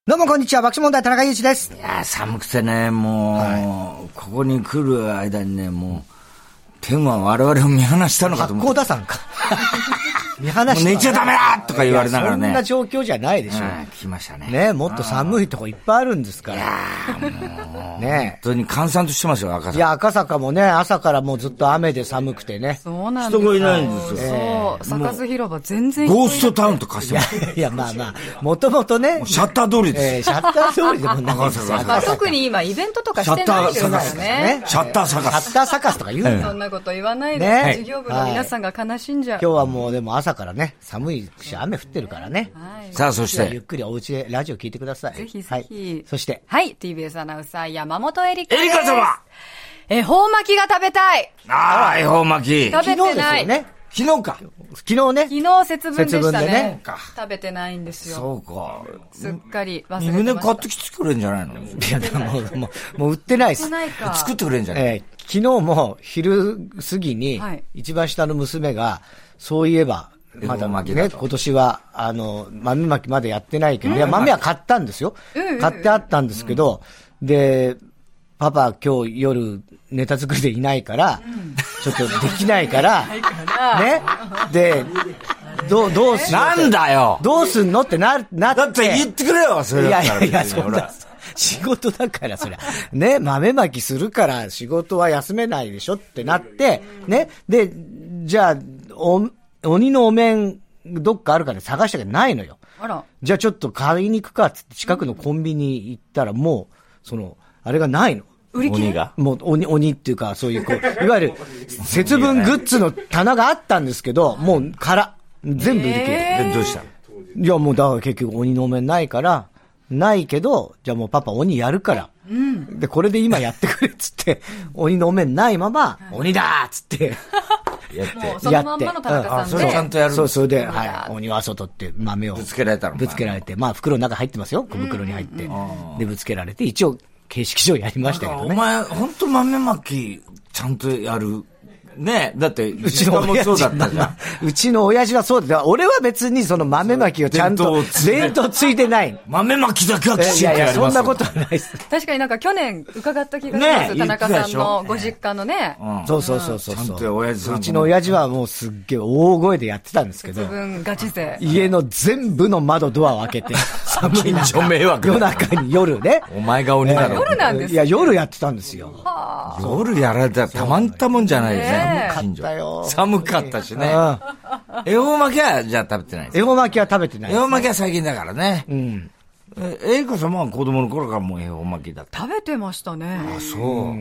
どうもこんにちは、爆笑問題田中裕二です。 いや寒くてね、もう、ここに来る間にね、もう天は我々を見放したのかと思って。 八甲田山か。見放した。 寝ちゃダメだとか言われながらね。 そんな状況じゃないでしょ。 来ましたね。 ね、もっと寒いとこいっぱいあるんですから。 いやもうね、 本当に閑散としてますよ、赤坂。 いや、赤坂もね、朝からもうずっと雨で寒くてね。 そうなんですよ。 人がいないんですよ。そう、サカス広場全然ゴーストタウンと化してます。 いや、まあまあ、もともとね。 シャッター通りです。 シャッター通りでもないですよ。 特に今イベントとかしてないですからね。 シャッターサカス。 シャッターサカスとか言うの。 そんなこと言わないで、事業部の皆さんが悲しんじゃう。 今日はもうでも朝からね、寒いし雨降ってるからね。 さあ、そして。 ゆっくりお家でラジオ聞いてください。 ぜひぜひ。 そして。 はい、TBS アナウンサー山本エリカです。 エリカ様！ 恵方巻きが食べたい。 ああ、恵方巻き。 食べてない。 昨日か。 昨日ね。 昨日節分でしたね。食べてないんですよ。 そうか。 すっかり忘れてました。 胸買ってきてくれんじゃないの？いや、もう売ってないです。 作ってくれんじゃない？ 昨日も昼過ぎに、一番下の娘が、そういえば、まだね、今年は、豆巻きまだやってないけど、いや、豆は買ったんですよ。買ってあったんですけど、で、パパ今日夜ネタ作りでいないから、ちょっとできないから、ね。で、どうすんの？ なんだよ！ どうすんのってなって。 だって言ってくれよ、それだったら。 いや、そんな。仕事だから、そりゃ。ね、豆巻きするから仕事は休めないでしょってなって、ね。で、じゃあ、鬼のお面、どっかあるから探したけどないのよ。 あら。 じゃあちょっと買いに行くかっつって近くのコンビニ行ったらもう、あれがないの。 鬼がもう鬼っていうか、そういういわゆる、節分グッズの棚があったんですけど、もう全部売り切れて。 どうしたの？ いや、もうだから結局鬼のお面ないから、ないけど、じゃあもうパパ鬼やるから。で、これで今やってくれっつって、鬼のお面ないまま、鬼だーっつって。 やって。もうそのまんまの田中さんで。 それちゃんとやる。 それで、はい。鬼は外って豆を。 ぶつけられたの？ ぶつけられて、まあ袋の中入ってますよ。小袋に入って。で、ぶつけられて、一応、形式上やりましたけどね。 お前、ほんと豆巻き、ちゃんとやる。ねえ、だって、 うちの親父もそうだったじゃん。うちの親父はそうだ。俺は別にその豆巻きをちゃんと伝統ついてない。 豆巻きだけはきちんとやります。 いや、そんなことはないです。 確かになんか去年伺った気がします。田中さんのご実家のね。 そう。ちゃんと親父さん。 うちの親父はもうすっげえ大声でやってたんですけど。 節分ガチ勢。 家の全部の窓ドアを開けて。 寒い中。迷惑。 夜中に夜ね。 お前が鬼だろ。 夜なんですいや、夜やってたんですよ。 夜やられたらたまんたもんじゃないですね。 寒かったよ。 寒かったしね。恵方巻きはじゃあ食べてないです。 恵方巻きは食べてない。 恵方巻きは最近だからね。エリカ様は子供の頃からもう恵方巻きだった。 食べてましたね。 あ、そう。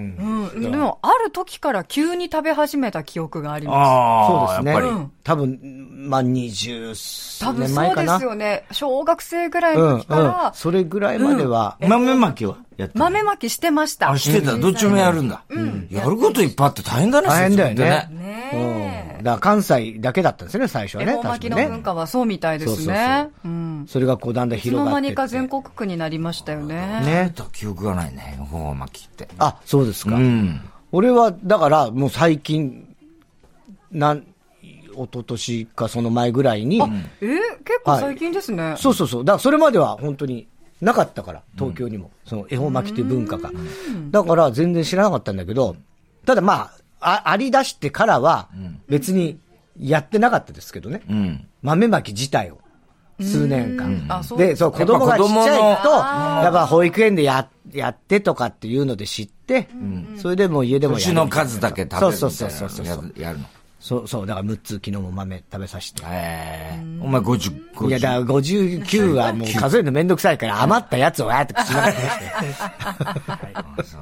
でも、ある時から急に食べ始めた記憶があります。 そうですね。多分、まあ、20年前かな。 多分そうですよね。小学生ぐらいの時から。 それぐらいまでは。 豆巻きはやってた？ 豆巻きしてました。 あ、してた。どっちもやるんだ。やることいっぱいあって大変だね。 大変だよね。 ね。 だから関西だけだったんですよね、最初はね。 恵方巻きの文化はそうみたいですね。 それがこうだんだん広がって。いつの間にか全国区になりましたよね。 ね。 記憶がないね、恵方巻きって。 あ、そうですか。俺は、だから、もう最近、一昨年かその前ぐらいに。 結構最近ですね。 そう。だからそれまでは本当になかったから、東京にも。その恵方巻きっていう文化が。だから全然知らなかったんだけど、ただまあ、あり出してからは、別にやってなかったですけどね。豆巻き自体を。数年間。で、そう、子供がちっちゃいと、やっぱ保育園でやってとかっていうので知って、それでもう家でもやる。 牛の数だけ食べる。 そう。 やるの。 そう、だから6つ昨日も豆食べさせて。 お前50。 いや、だから59はもう数えるのめんどくさいから余ったやつを口の中に出して。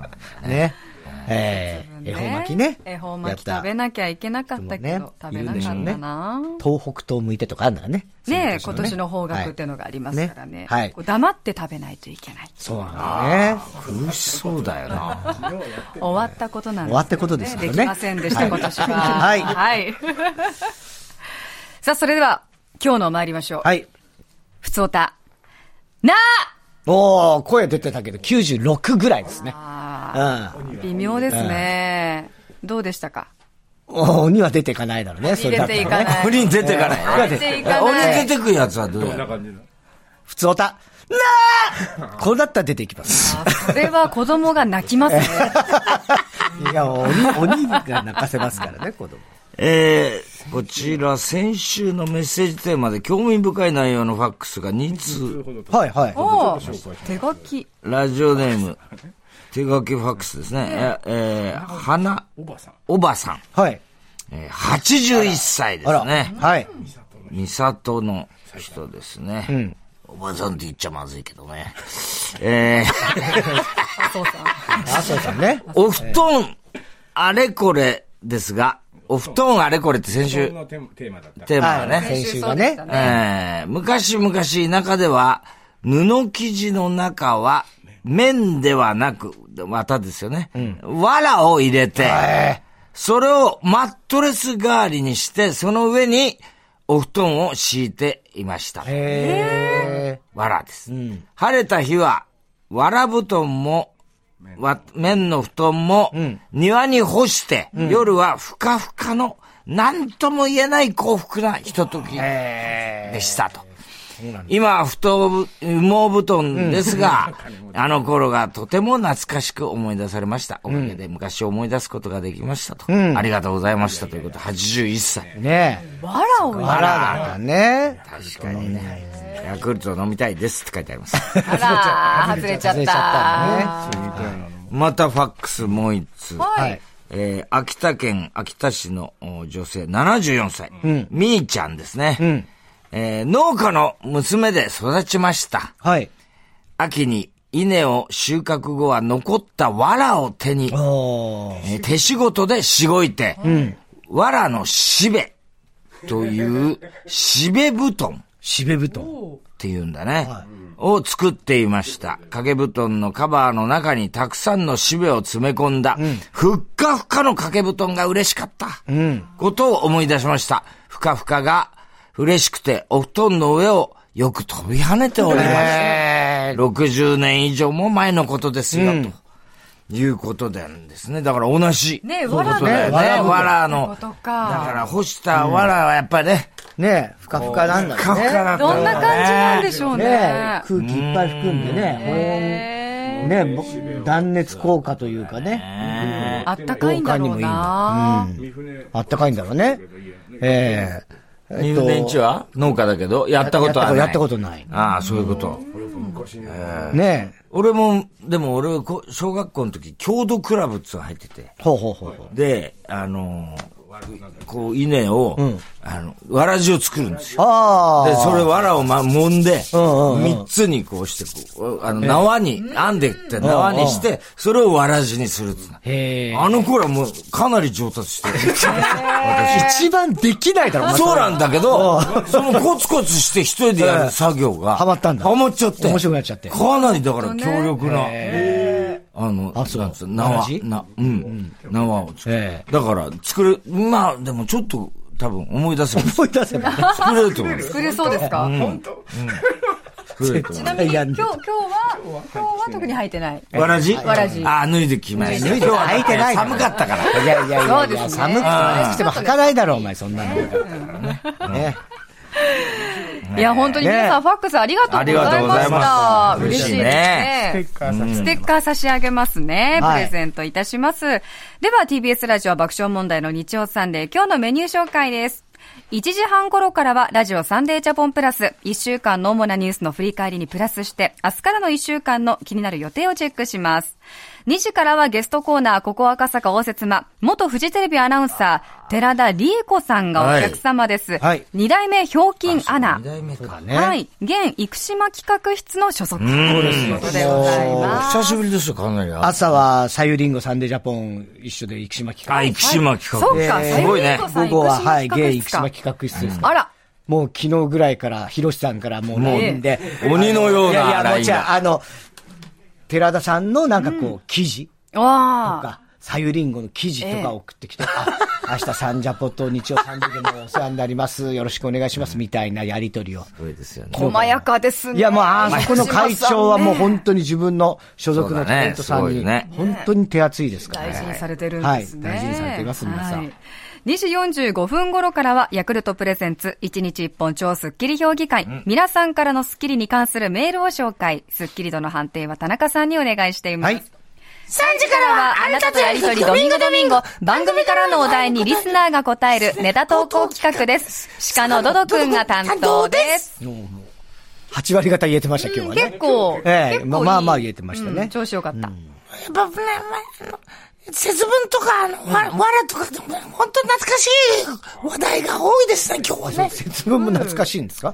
ね。恵方巻きね。 恵方巻き食べなきゃいけなかったけど、食べなかったな。 東北東向いてとかあるんだからね。 ねえ、今年の方角ってのがありますからね。 はい。 黙って食べないといけない。 そうなんだね。 苦しそうだよな。 終わったことなんです。 終わったことですからね。 できませんでした、今年は。 はい。 さあ、それでは、今日の参りましょう。 はい。 ふつおた。なおー、声出てたけど、96ぐらいですね。 微妙ですね。どうでしたか？ 鬼は出ていかないだろうね。 出ていかない。 鬼出ていかない。 鬼出ていかない。 鬼出てくやつはどうや？ ふつおた。 こうなったら出ていきます。 それは子供が泣きますね。 いや、鬼が泣かせますからね、子供。 こちら、先週のメッセージテーマで興味深い内容のファックスが2通。 はいはい。 手書き。 ラジオネーム、手書きファックスですね。花、おばさん。 はい。 81歳ですね。 はい。 三郷の人ですね。うん。おばさんって言っちゃまずいけどね。 麻生さんね。 お布団、あれこれですが、お布団あれこれって先週、テーマがね。 先週がね。 昔々田舎では、布生地の中は、綿ではなく、綿ですよね。藁を入れて、それをマットレス代わりにして、その上にお布団を敷いていました。藁です。晴れた日は、藁布団も、綿の布団も庭に干して、夜はふかふかの何とも言えない幸福なひとときでしたと。今は羽毛布団ですが、あの頃がとても懐かしく思い出されました。おかげで昔を思い出すことができましたと。ありがとうございましたということで、81歳。 ねえ。藁を入れた。 藁だね。 確かにね。ヤクルト飲みたいですって書いてあります。 あら、外れちゃった。 またファックスもう一通。はい。秋田県秋田市の女性74歳。みーちゃんですね。農家の娘で育ちました。 はい。 秋に稲を収穫後は残った藁を手に、手仕事でしごいて、藁のしべというしべ布団。 しべ布団っていうんだね。はい、を作っていました。掛け布団のカバーの中にたくさんのしべを詰め込んだ、ふっかふかの掛け布団が嬉しかった。ことを思い出しました。ふかふかが嬉しくてお布団の上をよく飛び跳ねておりました。60年以上も前のことですよ、ということですね。だから同じ。 ね、 藁ね。藁の。だから干した藁はやっぱりね。 ねふかふかなんだね。 ふかふかだった。 どんな感じなんでしょうね。 空気いっぱい含んでね。断熱効果というかね。 あったかいんだろうな。 あったかいんだろうね。 三船んちは農家だけど、やったことはない。 やったことない。 ああ、そういうこと。 ねえ。 俺も、でも俺、小学校の時、郷土クラブって入ってて。で、こう、稲を、わらじを作るんですよ。で、それわらを揉んで、3つにこうして、縄に、編んでって縄にして、それをわらじにするって。あの頃はもう、かなり上達してる。 私。一番できないだろ、 そうなんだけど、そのコツコツして一人でやる作業が、 ハマったんだ。 ハマっちゃって。 面白くなっちゃって。 かなりだから強力な。縄を作る。だから、まあ、でもちょっと、多分思い出せば。 思い出せば。 作れると思う。 作れそうですか？本当。ちなみに、今日は特に履いてない。 わらじ？ わらじ。 脱いできました。 今日は履いてない。 寒かったから。 いや、寒くても履かないだろ、お前、そんなの。ね。 いや、本当に皆さんファックスありがとうございました。嬉しいですね。ステッカー差し上げますね。プレゼントいたします。では TBS ラジオ爆笑問題の日曜サンデー、今日のメニュー紹介です。1時半頃からはラジオサンデージャポンプラス、1週間の主なニュースの振り返りにプラスして、明日からの1週間の気になる予定をチェックします。2時からはゲストコーナー、ここ赤坂応接間、元フジテレビアナウンサー、寺田理恵子さんがお客様です。2代目ひょうきんアナ。 2代目かね。 はい。現生島企画室の所属ということでございます。 久しぶりですよ、かなり。 朝はさゆりんごサンデージャポン一緒で生島企画。 生島企画。 そうか、 すごいね。 午後は、現生島企画室です。 あら。 もう昨日ぐらいから、ひろしさんからもう LINE で。 鬼のような LINE が。寺田さんのなんかこう、記事とか、さゆりんごの記事とか送ってきて、明日サンジャポと日曜サンデーでもお世話になります。よろしくお願いします。みたいなやりとりを。 そうですよね。 細やかですね。 いや、もう、そこの会長はもう本当に自分の所属のタレントさんに、本当に手厚いですからね。 大事にされてるんですね。 はい。大事にされています、皆さん。 2時45分頃からはヤクルトプレゼンツ1日1本超スッキリ評議会、皆さんからのスッキリに関するメールを紹介。スッキリ度の判定は田中さんにお願いしています。 はい。 3時からはあなたとやりとりドミンゴドミンゴ。番組からのお題にリスナーが答えるネタ投稿企画です。鹿のドドくんが担当です。 8割方言えてました、今日はね。 結構。 まあまあ言えてましたね。 調子よかった。 やっぱね、節分とか、わらとかでも、本当に懐かしい話題が多いですね、今日はね。 節分も懐かしいんですか？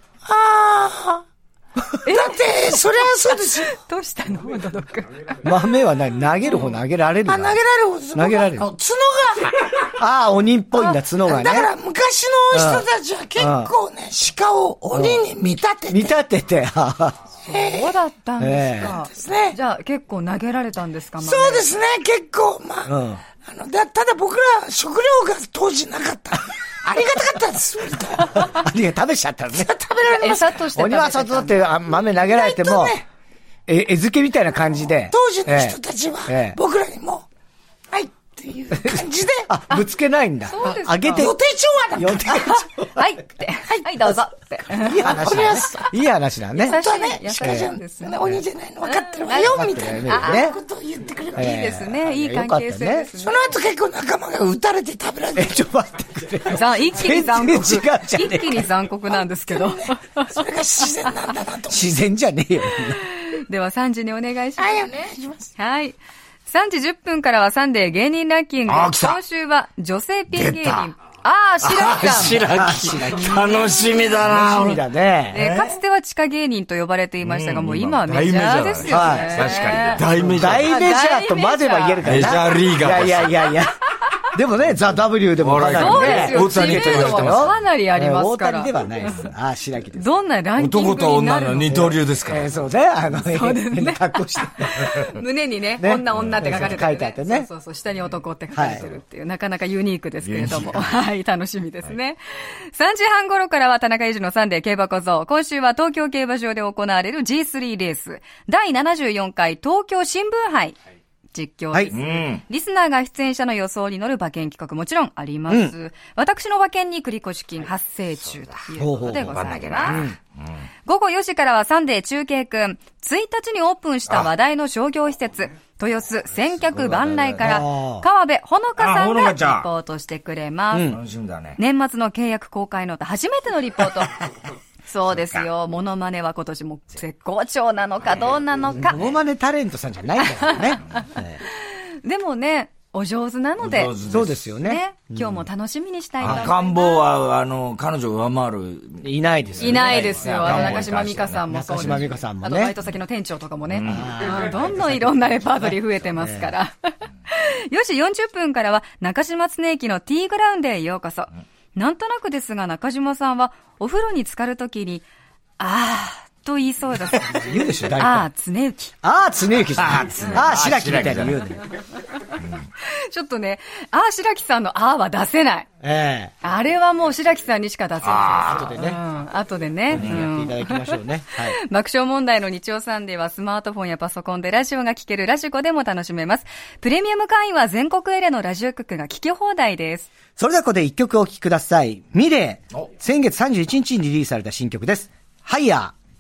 だって、そりゃそうですよ。 どうしたのドドくん。 豆は何？投げる方投げられるの？ 投げられる方。 投げられる。 角が。鬼っぽいんだ、角がね。 だから昔の人たちは結構ね、鹿を鬼に見立てて。 見立てて。 そうだったんですか。 ですね。 じゃあ結構投げられたんですか？ そうですね、結構。まあ、ただ僕ら食料が当時なかった。ありがたかったんです。 食べちゃったのね。 食べられました。 餌として鬼は外だって豆投げられても、餌付けみたいな感じで。 当時の人たちは、僕らにも、はいっていう感じで。 ぶつけないんだ。あげて。 予定調和だ。 予定調和。はいって。はい、どうぞって。 いい話だね。いい話だね。 優しいね。 優しいですね。 鬼じゃないの分かってるわよ、みたいなことを言ってくれる。 いいですね。いい関係性ですね。 その後結構仲間が撃たれて食べられて。 ちょっと待ってくれ。 一気に残酷。 一気に残酷なんですけど。 それが自然なんだなと。 自然じゃねえよ。 では3時にお願いします。 はい、お願いします。 はい。3時10分からはサンデー芸人ランキング。今週は女性ピン芸人。白木。 楽しみだな。 楽しみだね。 かつては地下芸人と呼ばれていましたが、もう今はメジャーですよね。 確かに。大メジャー。 大メジャーとまでは言えるからな。 メジャーリーガー。 いや。でもね、ザ・ W でもかなりね。 そうですよ。知名度はかなりありますから。 大谷ではないです。白木です。 どんなランキングになるの？ 男と女の二刀流ですから。 そうね。そうですね。格好して。 胸にね、女って書かれてる。 書いてあってね。 そう、下に男って書かれてるっていう、なかなかユニークですけれども。はい、楽しみですね。3時半頃からは田中裕二のサンデー競馬小僧。今週は東京競馬場で行われる G3 レース。第74回東京新聞杯。実況です、リスナーが出演者の予想に乗る馬券企画もちろんあります。私の馬券に繰越金発生中ということでございます。午後4時からはサンデー中継くん。1日にオープンした話題の商業施設、豊洲千客万来から川辺ほのかさんがリポートしてくれます。 楽しみだね。 年末の契約公開の初めてのリポート。そうですよ。モノマネは今年も絶好調なのかどうなのか。 モノマネタレントさんじゃないんだからね。 でもね、お上手なので。 そうですよね。 今日も楽しみにしたいと思います。 赤ん坊は、彼女を上回る。 いないですよね。 いないですよ。中島美嘉さんもそうです。 中島美嘉さんもね。 あとバイト先の店長とかもね。どんどんいろんなレパートリー増えてますから。よし、40分からは中島恒之の T グラウンドへようこそ。なんとなくですが中島さんはお風呂に浸かるときに、と言いそうです。 言うでしょ、大体。 恒之。 恒之じゃん。白木みたいに言うね。 ちょっとね、白木さんのは出せない。あれはもう白木さんにしか出せない。 後でね。 後でね。 やっていただきましょうね。 爆笑問題の日曜サンデーはスマートフォンやパソコンでラジオが聴けるラジコでも楽しめます。プレミアム会員は全国エレのラジオ局が聴き放題です。 それではここで一曲お聴きください。ミレー。先月31日にリリースされた新曲です。ハイヤー。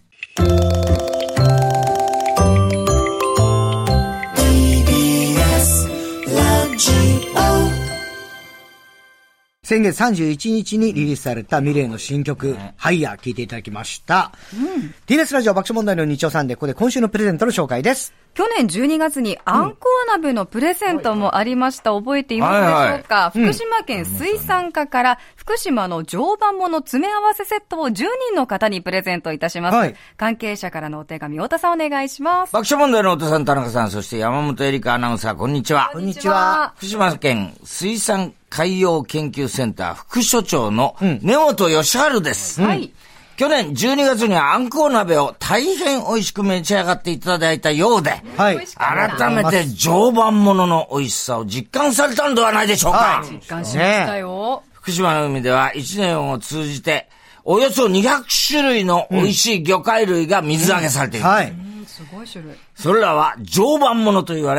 先月31日にリリースされたミレーの新曲、ハイヤー聴いていただきました。TBS ラジオ爆笑問題の日曜サンデー、ここで今週のプレゼントの紹介です。 去年12月にあんこう鍋のプレゼントもありました。覚えていますでしょうか？福島県水産課から福島の常磐もの詰め合わせセットを10人の方にプレゼントいたします。関係者からのお手紙、太田さんお願いします。 爆笑問題の太田さん、田中さん、そして山本エリカアナウンサー、こんにちは。 こんにちは。 福島県水産海洋研究センター副所長の根本義治です。去年12月にはあんこう鍋を大変美味しく召し上がっていただいたようで、改めて常磐ものの美味しさを実感されたんではないでしょうか。 実感しましたよ。 福島の海では1年を通じておよそ200種類の美味しい魚介類が水揚げされている。 すごい種類。 それらは常磐ものと言われ、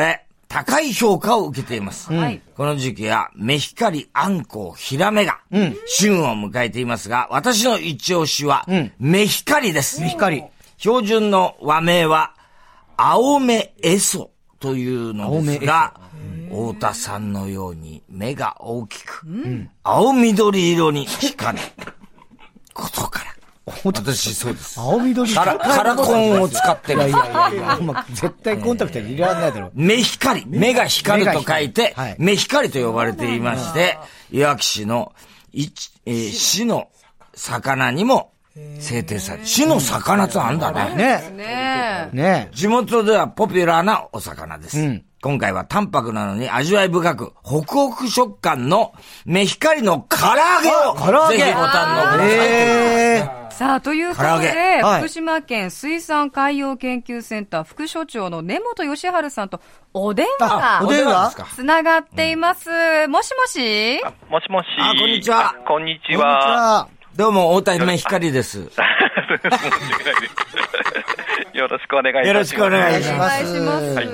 高い評価を受けています。この時期はメヒカリ、アンコウ、ヒラメが旬を迎えていますが、私の一押しはメヒカリです。 メヒカリ。 標準の和名は青目エソというのですが、太田さんのように目が大きく、青緑色に光ることから。私、そうです。 青緑カラコンを使ってる。 いや、絶対コンタクトに入れられないだろう。 目光。目が光ると書いて、目光と呼ばれていまして、いわき市の、市の魚にも制定される。市の魚ってあんだね。 ね。 地元ではポピュラーなお魚です。今回は淡白なのに味わい深く、ホクホク食感の目光の唐揚げをぜひご堪能ください。 さあ、ということで、福島県水産海洋研究センター副所長の根本義治さんとお電話がつながっています。もしもし？ もしもし。 こんにちは。 こんにちは。 どうも、太田目光です。 よろしくお願いします。 よろしくお願いします。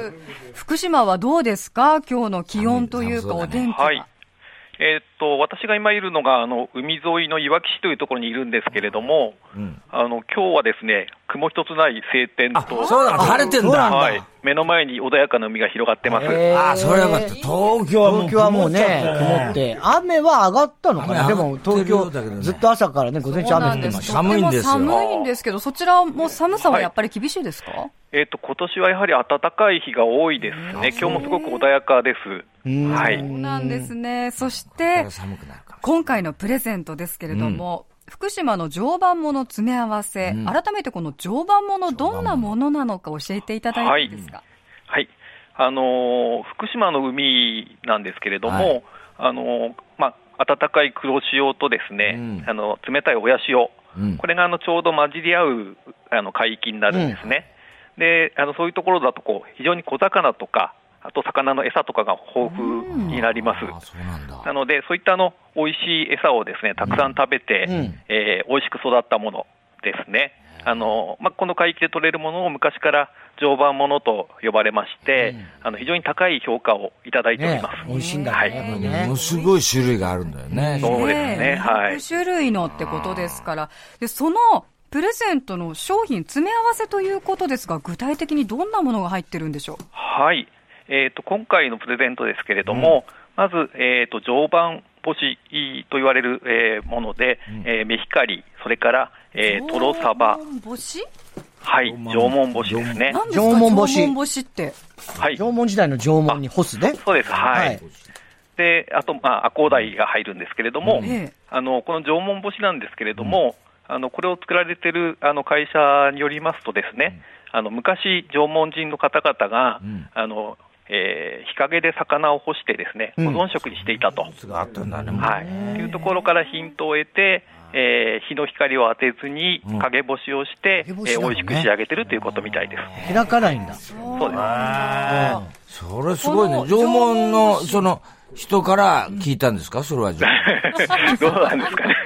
福島はどうですか？今日の気温というかお天気は。 私が今いるのが、海沿いのいわき市というところにいるんですけれども、今日はですね、雲一つない晴天と。 そうだ、晴れてんだ。 はい。目の前に穏やかな海が広がってます。 それはよかった。東京はもうね、 曇って。雨は上がったのかな？でも、東京、ずっと朝からね、午前中雨降ってました。 寒いんですよ。 寒いんですけど、そちらも寒さはやっぱり厳しいですか？ 今年はやはり暖かい日が多いですね。今日もすごく穏やかです。はい。 そうなんですね。そして、今回のプレゼントですけれども、福島の常磐もの詰め合わせ、改めてこの常磐ものどんなものなのか教えていただいていいですか？ はい。福島の海なんですけれども、暖かい黒潮とですね、冷たい親潮、これがちょうど混じり合う海域になるんですね。で、そういうところだと非常に小魚とか、あと魚の餌とかが豊富になります。なので、そういった美味しい餌をですね、たくさん食べて、美味しく育ったものですね。この海域で取れるものを昔から常磐ものと呼ばれまして、非常に高い評価をいただいております。 美味しいんだね。 ものすごい種類があるんだよね。 そうですね。はい。 種類のってことですから。で、そのプレゼントの商品詰め合わせということですが、具体的にどんなものが入ってるんでしょう？ はい。今回のプレゼントですけれども、まず、常磐干しと言われる、もので、メヒカリ、それから、トロサバ。 縄文干し？ はい、縄文干しですね。 何ですか？縄文干しって。 はい。 縄文時代の縄文に干すね。 そうです、はい。で、あと、アコウダイが入るんですけれども、この縄文干しなんですけれども、これを作られている会社によりますとですね、昔、縄文人の方々が、日陰で魚を干してですね、保存食にしていたと。いうところからヒントを得て、日の光を当てずに陰干しをして、美味しく仕上げてるということみたいです。 開かないんだ。 そうです。 それすごいね。縄文の、人から聞いたんですか？それは。どうなんですかね。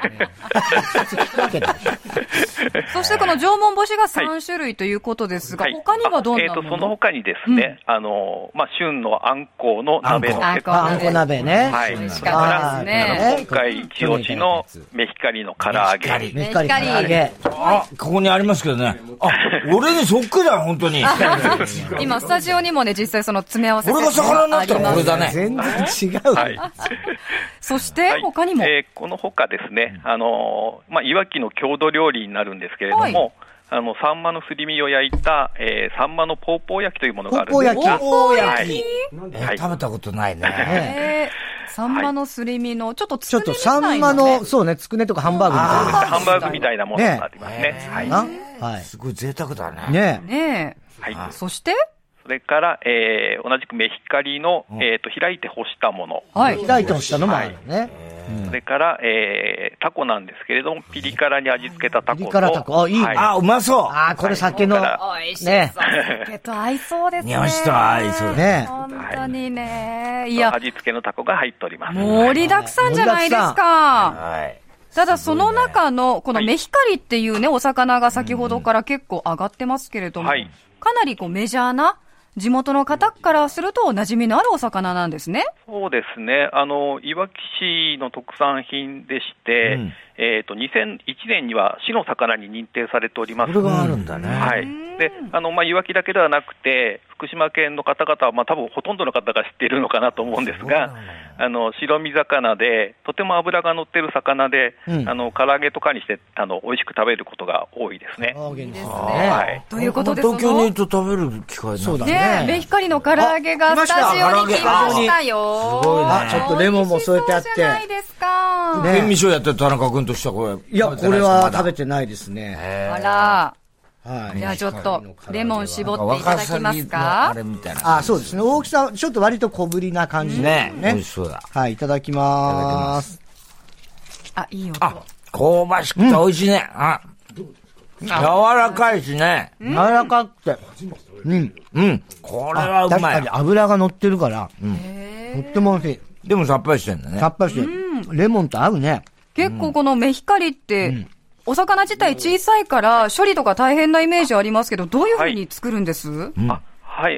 そしてこの縄文干しが3種類ということですが、他にはどんなもの？ その他にですね、旬のあんこうの鍋のセット。 あんこ鍋ね。 はい。 美味しかったですね。 今回一押しのメヒカリの唐揚げ。 メヒカリ唐揚げ。 ここにありますけどね。俺にそっくりだ、本当に。 今、スタジオにもね、実際その詰め合わせ。 俺が魚になったらこれだね。 全然違う。 はい。 そして、他にも。 この他ですね、いわきの郷土料理になるんですけれども、サンマのすり身を焼いた、サンマのポーポー焼きというものがあるんですが。 ポー焼き。食べたことないね。 サンマのすり身の、ちょっとサンマの、そうね、つくねとかハンバーグみたいな。 ハンバーグみたいなものになってますね。 はい。 すごい贅沢だね。 ねえ。はい。そしてそれから、同じくメヒカリの、開いて干したもの。 はい。開いて干したのもあるね。 それから、タコなんですけれども、ピリ辛に味付けたタコと。ピリ辛タコ。いいね。 うまそう。 これ酒の。 美味しそう。酒と合いそうですね。 日本酒と合いそうね。 本当にね。 いや。味付けのタコが入っております。 盛りだくさんじゃないですか。はい。ただその中の、このメヒカリっていうね、お魚が先ほどから結構上がってますけれども、かなりメジャーな地元の方からすると馴染みのあるお魚なんですね。 そうですね。いわき市の特産品でして、2001年には市の魚に認定されております。 これがあるんだね。 はい。で、いわきだけではなくて、福島県の方々は、多分ほとんどの方が知っているのかなと思うんですが、白身魚で、とても脂が乗っている魚で、唐揚げとかにして、美味しく食べることが多いですね。 いいですね。 はい。 ということで、 東京にいると食べる機会そうだね。メヒカリの唐揚げがスタジオに来ましたよ。 すごいね。 ちょっとレモンも添えてあって。 じゃないですか。 ね。味噌やってる田中君としてはこれ。 いや、これは食べてないですね。 あら。 はい。 じゃあちょっと、レモン絞っていただきますか？ あれみたいな。 そうですね。大きさ、ちょっと割と小ぶりな感じね。美味しそうだ。 はい、いただきます。 いい音。 香ばしくて美味しいね。柔らかいしね。 柔らかくて。 これはうまい。 確かに油が乗ってるから、とっても美味しい。 でもさっぱりしてんだね。 さっぱりしてる。レモンと合うね。 結構このメヒカリって、お魚自体小さいから処理とか大変なイメージありますけど、どういうふうに作るんです？ はい。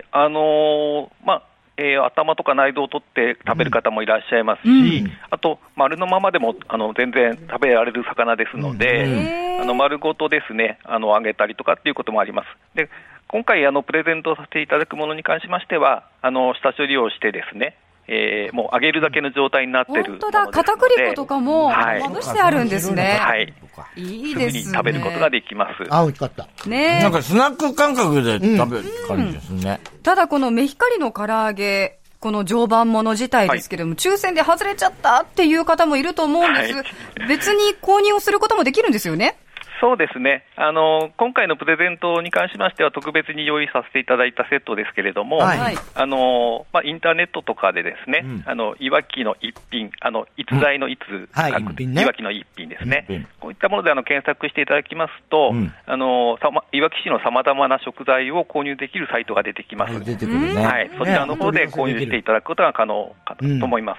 頭とか内臓を取って食べる方もいらっしゃいますし、あと、丸のままでも全然食べられる魚ですので、丸ごとですね、揚げたりとかっていうこともあります。で、今回プレゼントさせていただくものに関しましては、下処理をしてですね、もう揚げるだけの状態になっているものですので。 本当だ、片栗粉とかもまぶしてあるんですね。 はい。 いいですね。 すぐに食べることができます。 美味しかった。 ね。 なんかスナック感覚で食べる感じですね。 ただこのメヒカリの唐揚げ、この常磐もの自体ですけれども、抽選で外れちゃったっていう方もいると思うんです。別に購入をすることもできるんですよね。 そうですね。今回のプレゼントに関しましては特別に用意させていただいたセットですけれども、インターネットとかでですね、いわきの一品、逸材の逸、いわきの一品ですね。こういったもので検索していただきますと、いわき市の様々な食材を購入できるサイトが出てきます。 出てくるね。 はい。そちらの方で購入していただくことが可能かと思います。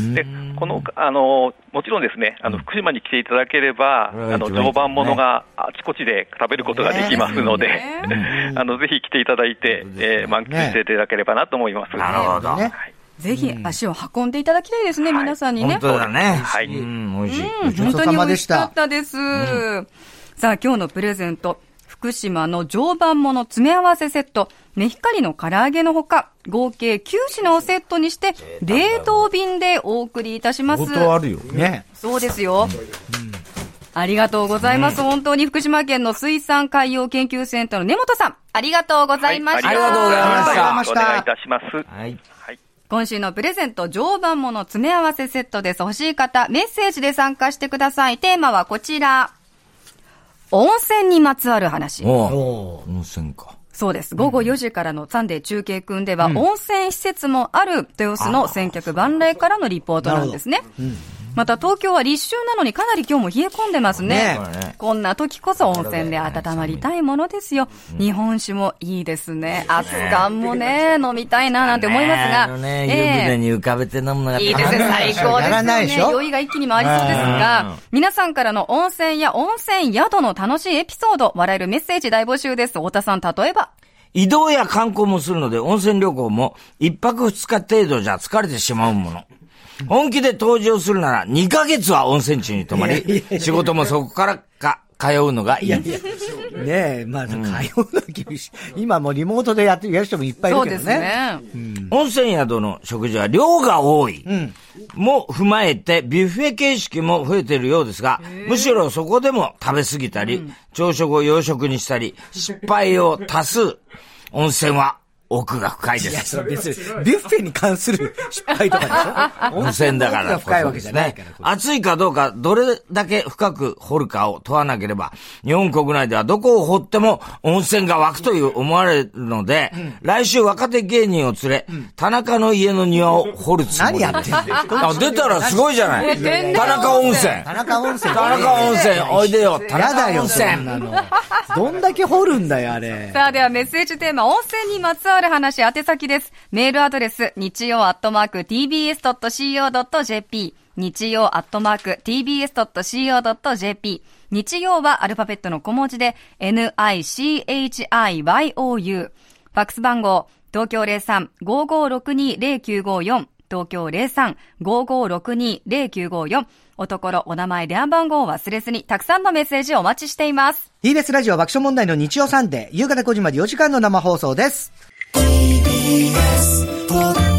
で、もちろんですね、福島に来ていただければ、常磐ものがあちこちで食べることができますので、ぜひ来ていただいて、満喫していただければなと思います。 なるほど。 ぜひ足を運んでいただきたいですね、皆さんにね。 本当だね。 はい。 美味しい。 本当に美味しかったです。さあ、今日のプレゼント。福島の常磐もの詰め合わせセット、メヒカリの唐揚げのほか、合計9品をセットにして、冷凍便でお送りいたします。 相当あるよね。 そうですよ。ありがとうございます。本当に福島県の水産海洋研究センターの根本さん、ありがとうございました。 ありがとうございました。 お願いいたします。 はい。 今週のプレゼント、常磐もの詰め合わせセットです。欲しい方、メッセージで参加してください。テーマはこちら。温泉にまつわる話。 温泉か。 そうです。午後4時からのサンデー中継くんでは、温泉施設もある豊洲の千客万来からのリポートなんですね。また東京は立秋なのにかなり今日も冷え込んでますね。こんな時こそ温泉で温まりたいものですよ。日本酒もいいですね。熱燗もね、飲みたいななんて思いますが。 湯船に浮かべて飲むのがいいですね。最高ですよね。酔いが一気に回りそうですが、皆さんからの温泉や温泉宿の楽しいエピソード、笑えるメッセージ大募集です。太田さん、例えば。 移動や観光もするので、温泉旅行も一泊二日程度じゃ疲れてしまうもの。本気で登場するなら2ヶ月は温泉地に泊まり、仕事もそこから通うのがいい。 ねえ、まあ、通うのは厳しい。今もうリモートでやる人もいっぱいいるけどね。 そうですね。 温泉宿の食事は量が多い。も踏まえてビュッフェ形式も増えているようですが、むしろそこでも食べ過ぎたり、朝食を洋食にしたり、失敗を多数。温泉は奥が深いです。 いや、それ別に、ビュッフェに関する失敗とかでしょ。 温泉だから。 奥が深いわけじゃないから。 暑いかどうか、どれだけ深く掘るかを問わなければ、日本国内ではどこを掘っても温泉が湧くという思われるので、来週若手芸人を連れ、田中の家の庭を掘るつもりです。 何やってんだよ。 出たらすごいじゃない。田中温泉。 田中温泉。 田中温泉、おいでよ。田中温泉。 どんだけ掘るんだよ、あれ。 さあ、ではメッセージテーマ、温泉にまつわる話、宛先です。メールアドレス、日曜@tbs.co.jp。日曜@tbs.co.jp。日曜はアルファベットの小文字で、NICHIYOU。ファックス番号、 東京03-5562-0954、東京03-5562-0954、おところ、お名前、電話番号を忘れずに、たくさんのメッセージをお待ちしています。 TBS ラジオ爆笑問題の日曜サンデー、夕方5時まで4時間の生放送です。TBS